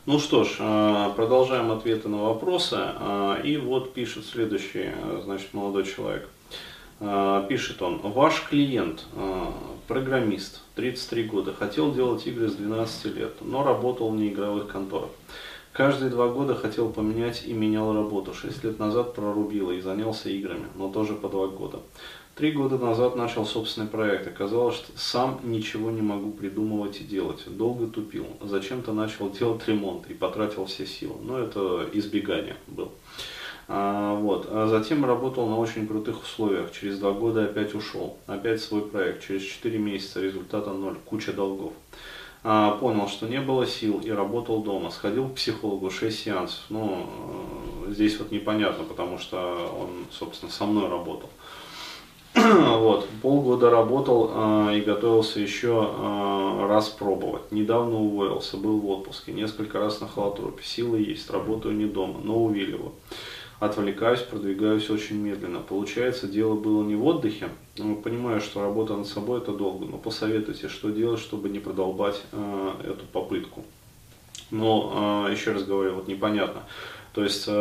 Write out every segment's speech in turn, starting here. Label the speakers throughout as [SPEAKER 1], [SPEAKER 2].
[SPEAKER 1] Ну что ж, продолжаем ответы на вопросы. И вот пишет следующий, значит, молодой человек. Пишет он: ваш клиент, программист, 33 года, хотел делать игры с 12 лет, но работал в неигровых конторах. Каждые 2 года хотел поменять и менял работу. 6 лет назад прорубило и занялся играми, но тоже по 2 года. 3 года назад начал собственный проект. Оказалось, что сам ничего не могу придумывать и делать. Долго тупил. Зачем-то начал делать ремонт и потратил все силы. Но это избегание было. Затем работал на очень крутых условиях. Через 2 года опять ушел. Опять свой проект. Через 4 месяца результата 0. Куча долгов. Понял, что не было сил и работал дома. Сходил к психологу, 6 сеансов. Здесь вот непонятно, потому что он, собственно, со мной работал. Полгода работал и готовился еще раз пробовать. Недавно уволился, был в отпуске, несколько раз на холотропе. Силы есть, работаю не дома, но увиливаю. Отвлекаюсь, продвигаюсь очень медленно. Получается, дело было не в отдыхе. Понимаю, что работа над собой это долго, но посоветуйте, что делать, чтобы не продолбать эту попытку. Но, еще раз говорю, вот непонятно. То есть,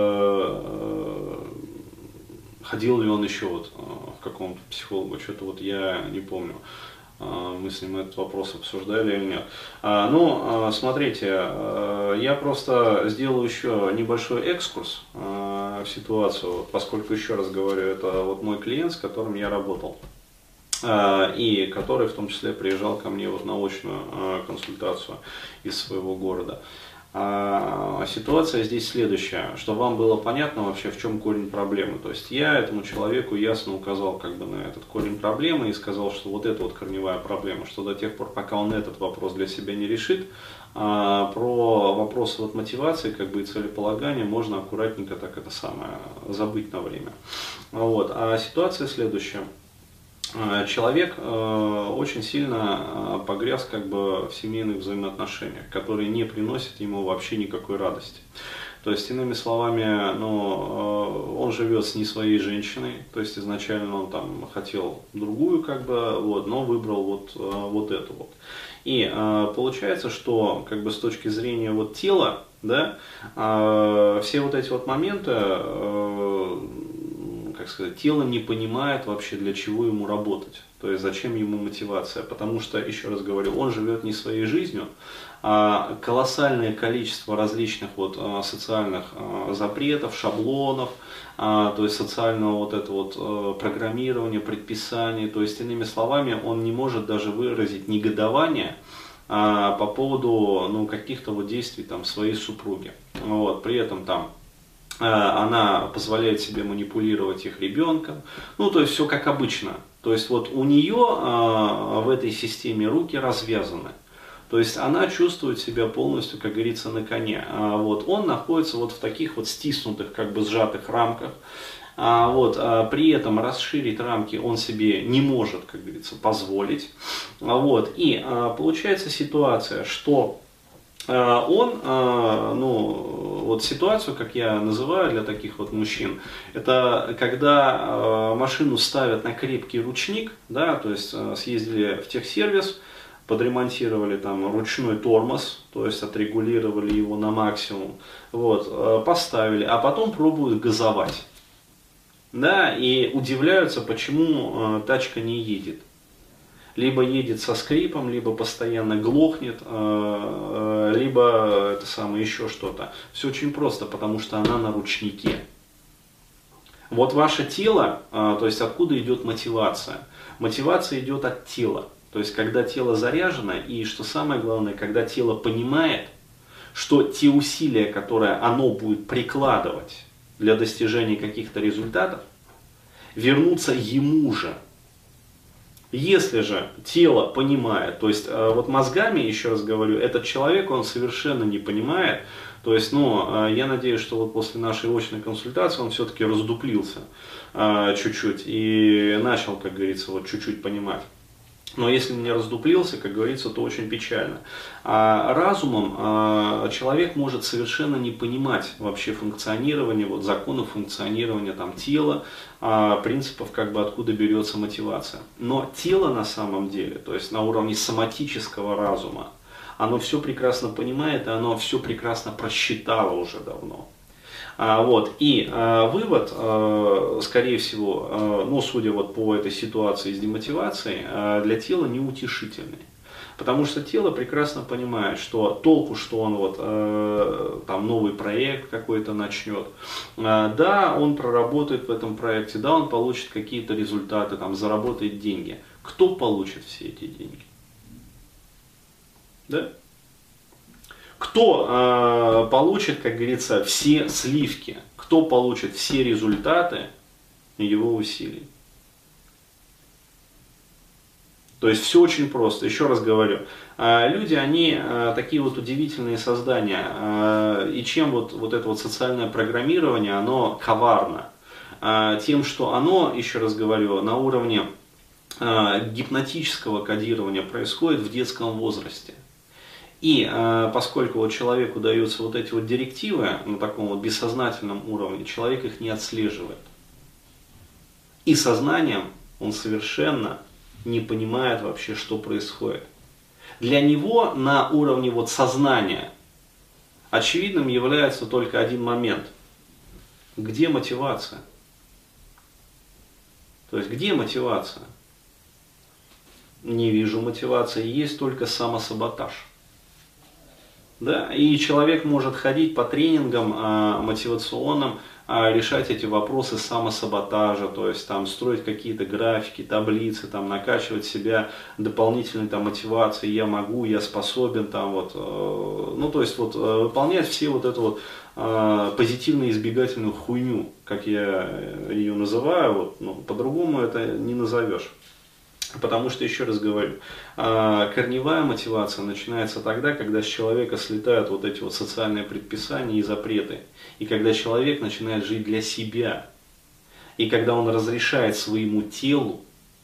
[SPEAKER 1] ходил ли он еще к какому-то психологу, что-то вот я не помню. Мы с ним этот вопрос обсуждали или нет. Смотрите, я просто сделаю еще небольшой экскурс в ситуацию, поскольку, еще раз говорю, это вот мой клиент, с которым я работал. И который в том числе приезжал ко мне вот на очную консультацию из своего города. Ситуация здесь следующая, чтобы вам было понятно вообще, в чем корень проблемы. То есть я этому человеку ясно указал на этот корень проблемы и сказал, что вот это вот корневая проблема, что до тех пор, пока он этот вопрос для себя не решит, про вопросы мотивации и целеполагания можно аккуратненько забыть на время. А ситуация следующая. Человек очень сильно погряз в семейных взаимоотношениях, которые не приносят ему вообще никакой радости. То есть, иными словами, он живет с не своей женщиной, то есть изначально он хотел другую, но выбрал вот эту вот. И получается, что с точки зрения тела, да, все вот эти моменты, тело не понимает вообще, для чего ему работать, то есть зачем ему мотивация, потому что, еще раз говорю, он живет не своей жизнью, а колоссальное количество различных социальных запретов, шаблонов, то есть социального программирования, предписаний, то есть, иными словами, он не может даже выразить негодование по поводу каких-то действий своей супруги, при этом она позволяет себе манипулировать их ребенком, то есть все как обычно. То есть у нее в этой системе руки развязаны. То есть она чувствует себя полностью, как говорится, на коне. Он находится в таких стиснутых, сжатых рамках. При этом расширить рамки он себе не может, как говорится, позволить. И получается ситуация, что ситуацию, как я называю для таких мужчин, это когда машину ставят на крепкий ручник, да, то есть съездили в техсервис, подремонтировали ручной тормоз, то есть отрегулировали его на максимум, поставили, а потом пробуют газовать, да, и удивляются, почему тачка не едет. Либо едет со скрипом, либо постоянно глохнет, либо еще что-то. Все очень просто, потому что она на ручнике. Ваше тело, то есть откуда идет мотивация? Мотивация идет от тела. То есть когда тело заряжено, и что самое главное, когда тело понимает, что те усилия, которые оно будет прикладывать для достижения каких-то результатов, вернутся ему же. Если же тело понимает, то есть мозгами, еще раз говорю, этот человек, он совершенно не понимает, то есть, я надеюсь, что после нашей очной консультации он все-таки раздуплился чуть-чуть и начал, как говорится, чуть-чуть понимать. Но если не раздуплился, как говорится, то очень печально. А разумом человек может совершенно не понимать вообще функционирование, законов функционирования тела, принципов, откуда берется мотивация. Но тело на самом деле, то есть на уровне соматического разума, оно все прекрасно понимает, и оно все прекрасно просчитало уже давно. Вывод, скорее всего, ну, судя вот по этой ситуации с демотивацией, для тела неутешительный. Потому что тело прекрасно понимает, что толку, что он вот там новый проект какой-то начнет, да, он проработает в этом проекте, да, он получит какие-то результаты, там, заработает деньги. Кто получит все эти деньги? Да? Кто получит, как говорится, все сливки? Кто получит все результаты его усилий? То есть все очень просто. Еще раз говорю, люди, они такие вот удивительные создания. И чем вот это вот социальное программирование, оно коварно? Тем, что оно, еще раз говорю, на уровне гипнотического кодирования происходит в детском возрасте. И поскольку вот человеку даются вот эти вот директивы на таком вот бессознательном уровне, человек их не отслеживает. И сознанием он совершенно не понимает вообще, что происходит. Для него на уровне вот сознания очевидным является только один момент. Где мотивация? То есть где мотивация? Не вижу мотивации, есть только самосаботаж. Да? И человек может ходить по тренингам мотивационным, решать эти вопросы самосаботажа, то есть там строить какие-то графики, таблицы, там накачивать себя дополнительной там мотивацией, я могу, я способен, там вот, ну то есть вот выполнять все вот эту вот позитивно-избегательную хуйню, как я ее называю, вот, ну, по-другому это не назовешь. Потому что, еще раз говорю, корневая мотивация начинается тогда, когда с человека слетают вот эти вот социальные предписания и запреты. И когда человек начинает жить для себя. И когда он разрешает своему телу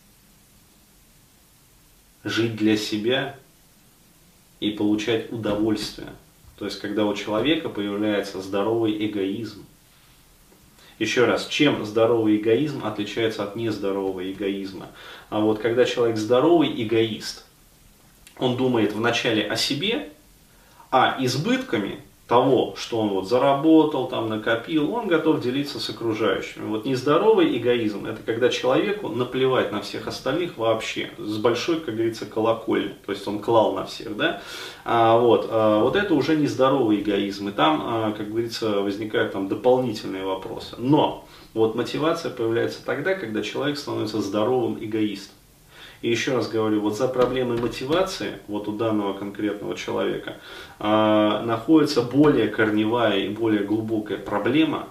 [SPEAKER 1] жить для себя и получать удовольствие. То есть, когда у человека появляется здоровый эгоизм. Еще раз, чем здоровый эгоизм отличается от нездорового эгоизма? А вот когда человек здоровый эгоист, он думает вначале о себе, а избытками того, что он вот заработал, там, накопил, он готов делиться с окружающими. Вот нездоровый эгоизм – это когда человеку наплевать на всех остальных вообще, с большой, как говорится, колокольни, то есть он клал на всех, да? Вот это уже нездоровый эгоизм, и там, как говорится, возникают там дополнительные вопросы. Но вот мотивация появляется тогда, когда человек становится здоровым эгоистом. И еще раз говорю, вот за проблемой мотивации, вот у данного конкретного человека, находится более корневая и более глубокая проблема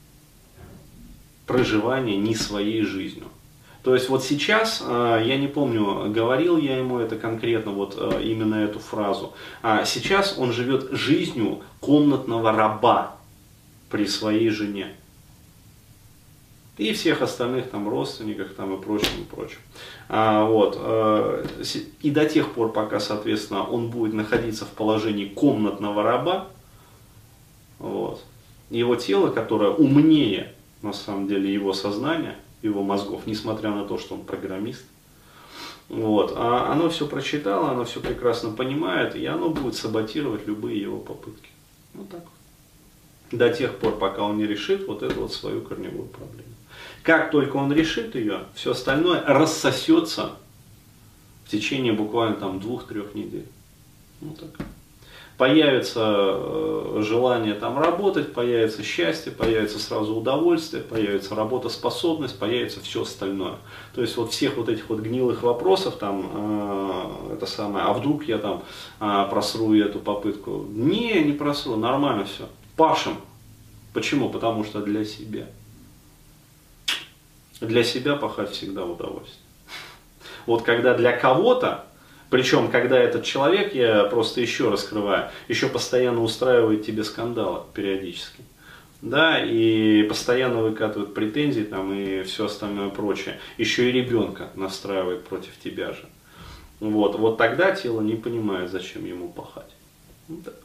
[SPEAKER 1] проживания не своей жизнью. То есть вот сейчас, я не помню, говорил я ему это конкретно, вот именно эту фразу, сейчас он живет жизнью комнатного раба при своей жене. И всех остальных там родственниках там, и прочим, и прочим. И до тех пор, пока, соответственно, он будет находиться в положении комнатного раба, вот, его тело, которое умнее, на самом деле, его сознания, его мозгов, несмотря на то, что он программист, вот, оно все прочитало, оно все прекрасно понимает, и оно будет саботировать любые его попытки. Вот так вот. До тех пор, пока он не решит вот эту вот свою корневую проблему. Как только он решит ее, все остальное рассосется в течение буквально там 2-3 недель. Вот так. Появится желание там работать, появится счастье, появится сразу удовольствие, появится работоспособность, появится все остальное. То есть вот всех вот этих вот гнилых вопросов, там, это самое, а вдруг я там просру эту попытку? Не просру, нормально все. Пашем. Почему? Потому что для себя. Для себя пахать всегда удовольствие. Вот когда для кого-то, причем когда этот человек, я просто еще раскрываю, еще постоянно устраивает тебе скандалы периодически. Да, и постоянно выкатывает претензии там, и все остальное прочее. Еще и ребенка настраивает против тебя же. Вот тогда тело не понимает, зачем ему пахать. Вот так.